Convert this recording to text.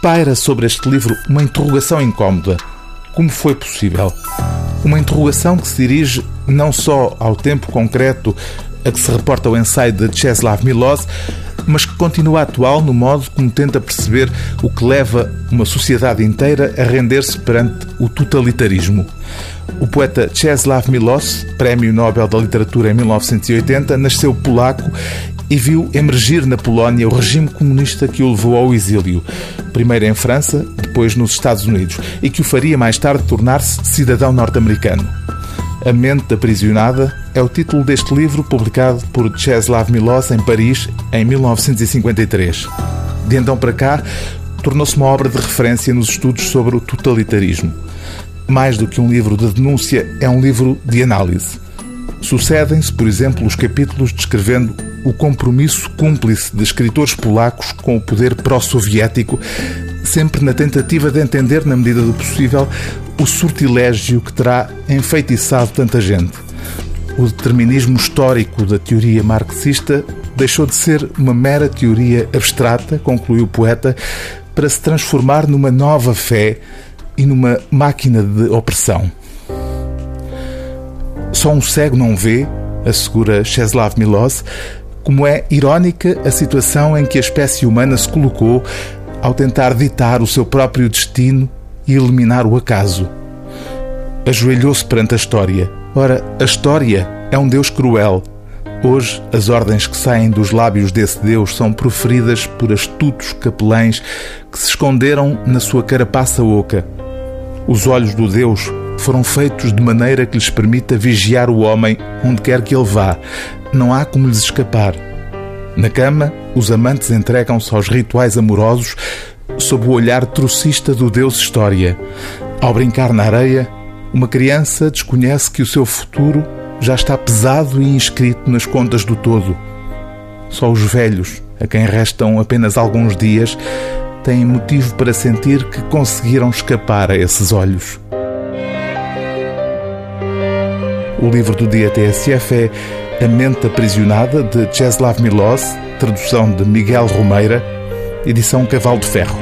Paira sobre este livro uma interrogação incómoda. Como foi possível? Uma interrogação que se dirige não só ao tempo concreto a que se reporta o ensaio de Czesław Miłosz, mas que continua atual no modo como tenta perceber o que leva uma sociedade inteira a render-se perante o totalitarismo. O poeta Czesław Miłosz, Prémio Nobel da Literatura em 1980, nasceu polaco e viu emergir na Polónia o regime comunista que o levou ao exílio, primeiro em França, depois nos Estados Unidos, e que o faria mais tarde tornar-se cidadão norte-americano. A Mente Aprisionada é o título deste livro, publicado por Czesław Miłosz em Paris em 1953. De então para cá, tornou-se uma obra de referência nos estudos sobre o totalitarismo. Mais do que um livro de denúncia, é um livro de análise. Sucedem-se, por exemplo, os capítulos descrevendo o compromisso cúmplice de escritores polacos com o poder pró-soviético, sempre na tentativa de entender, na medida do possível, o sortilégio que terá enfeitiçado tanta gente. O determinismo histórico da teoria marxista deixou de ser uma mera teoria abstrata, concluiu o poeta, para se transformar numa nova fé e numa máquina de opressão. Só um cego não vê, assegura Czesław Miłosz, como é irónica a situação em que a espécie humana se colocou ao tentar ditar o seu próprio destino e eliminar o acaso. Ajoelhou-se perante a história. Ora, a história é um Deus cruel. Hoje, as ordens que saem dos lábios desse Deus são proferidas por astutos capelães que se esconderam na sua carapaça oca. Os olhos do Deus foram feitos de maneira que lhes permita vigiar o homem onde quer que ele vá. Não há como lhes escapar. Na cama, os amantes entregam-se aos rituais amorosos sob o olhar trocista do Deus História. Ao brincar na areia, uma criança desconhece que o seu futuro já está pesado e inscrito nas contas do todo. Só os velhos, a quem restam apenas alguns dias, têm motivo para sentir que conseguiram escapar a esses olhos. O livro do dia TSF é A Mente Aprisionada, de Czesław Miłosz, tradução de Miguel Romeira, edição Cavalo de Ferro.